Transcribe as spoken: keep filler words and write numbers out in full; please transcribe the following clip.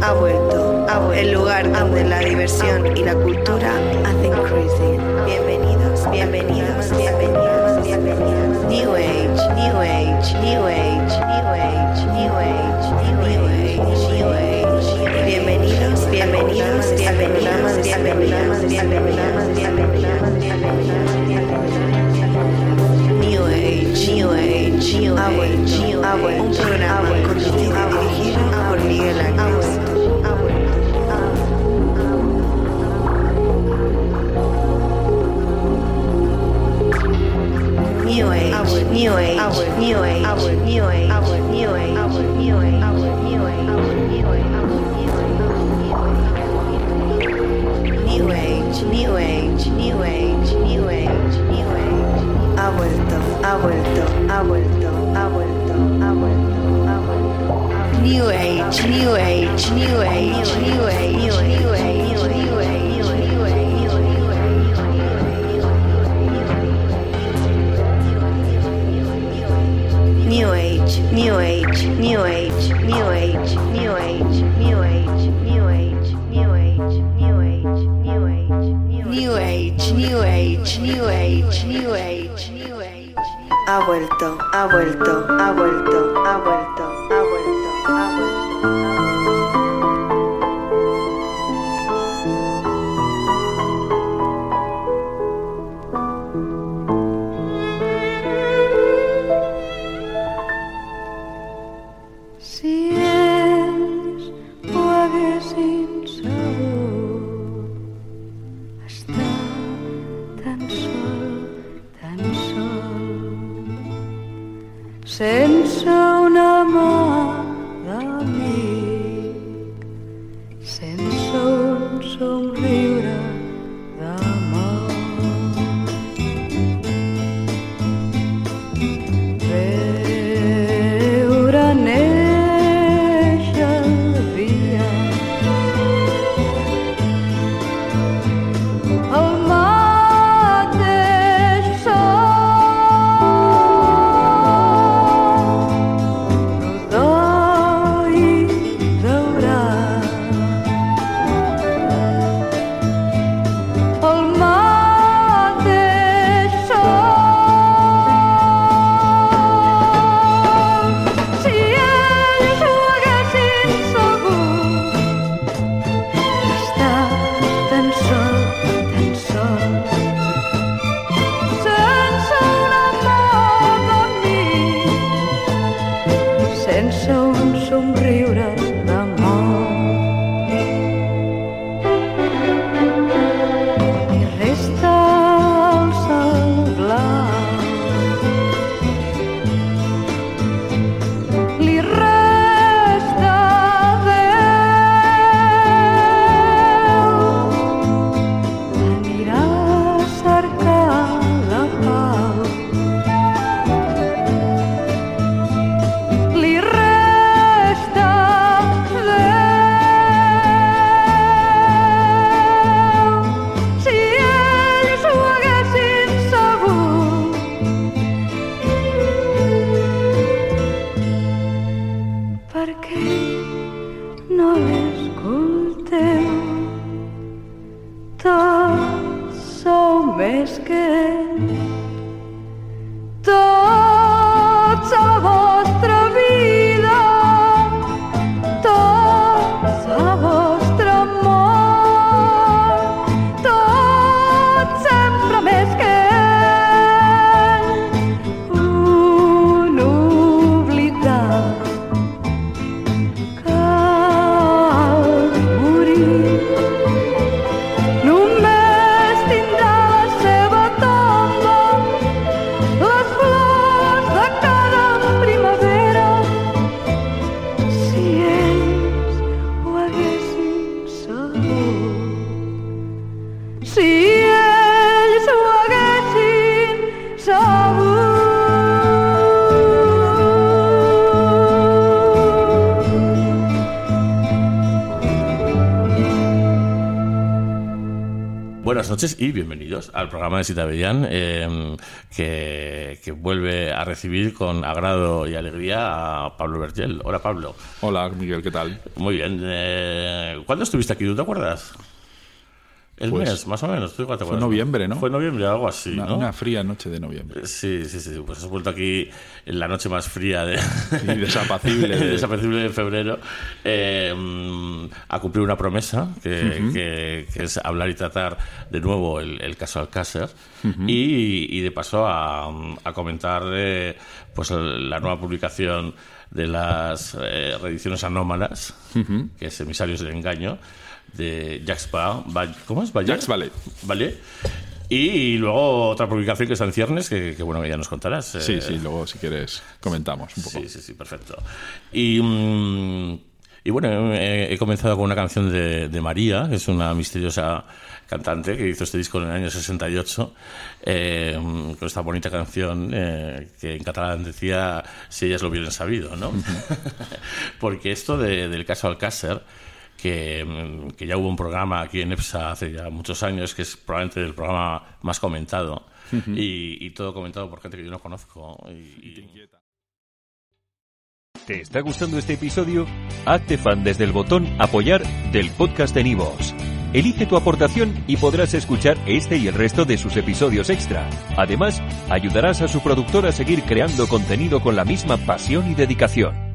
ha vuelto, ha vuelto, el lugar donde la diversión y la cultura hacen cruising. Bienvenidos, bienvenidos, bienvenidos, bienvenidos. New Age, New Age, New Age, New Age, New Age, New Age, New Age. Bienvenidos, bienvenidos, bienvenidos, bienvenidos, bienvenidos, bienvenidos, bienvenidos. New Age, New Age, New Age, New Age. Un programa conducido y dirigido por Miguel Ángel. New Age, New Age, New Age, New Age, New Age, New Age, New Age, New Age, New Age, New Age, New Age. Ha vuelto, ha vuelto, ha vuelto, ha vuelto, ha vuelto, ha vuelto. New Age, New Age, New Age, New Age, New Age, New Age, New Age. New Age, New Age, New Age, New Age, New Age, New Age, New Age, New Age, New Age, New Age, New Age, New Age, New Age, New Age, New Age. Ha vuelto, ha vuelto, ha vuelto, ha vuelto, ha vuelto, ha vuelto. Sense una mà d'amic, sense un somriure d'amor. Veure néixer el dia, el mateix sol. Sense un somriure d'amor. I resta el cel blau, li resta Déu, anirà a cercar la pau. Li resta Déu, si ells ho haguessin sabut. Per què no l'escolteu? Tots sou més que ell, tots a vostra vida, tots a vostre amor, tots sempre més que ell. Un oblidat que al morir només tindrà la seva tomba. Buenas noches y bienvenidos al programa de Sita Bellán, eh, que, que vuelve a recibir con agrado y alegría a Pablo Vergel. Hola, Pablo. Hola, Miguel, ¿qué tal? Muy bien. Eh, ¿Cuándo estuviste aquí? ¿Tú te acuerdas? El pues, mes, más o menos. ¿Tú te acuerdas? Fue noviembre, ¿no? Fue noviembre, algo así, una, ¿no? Una fría noche de noviembre. Sí, sí, sí. Pues has vuelto aquí en la noche más fría de... Y desapacible. de... desapacible de febrero, eh, a cumplir una promesa, que, uh-huh. que, que es hablar y tratar de nuevo el, el caso Alcácer, uh-huh. y, y de paso a, a comentar eh, pues la nueva publicación de las eh, reediciones anómalas, uh-huh. que es Emisarios del Engaño, de Jacques Vallée. ¿Cómo es? Vallée. Jacques Vallée. Vallée. Y luego otra publicación que está en ciernes, que, que bueno, que ya nos contarás. Sí, eh, sí, luego si quieres comentamos un poco. Sí, sí, sí, perfecto. Y, y bueno, he, he comenzado con una canción de, de María, que es una misteriosa cantante que hizo este disco en el año sesenta y ocho, eh, con esta bonita canción eh, que en catalán decía si ellas lo hubieran sabido, ¿no? Uh-huh. Porque esto de, del caso Alcácer, Que, que ya hubo un programa aquí en EPSA hace ya muchos años, que es probablemente el programa más comentado, uh-huh. y, y todo comentado por gente que yo no conozco. Y, y... ¿Te está gustando este episodio? Hazte fan desde el botón Apoyar del podcast de Nivos. Elige tu aportación y podrás escuchar este y el resto de sus episodios extra. Además, ayudarás a su productor a seguir creando contenido con la misma pasión y dedicación.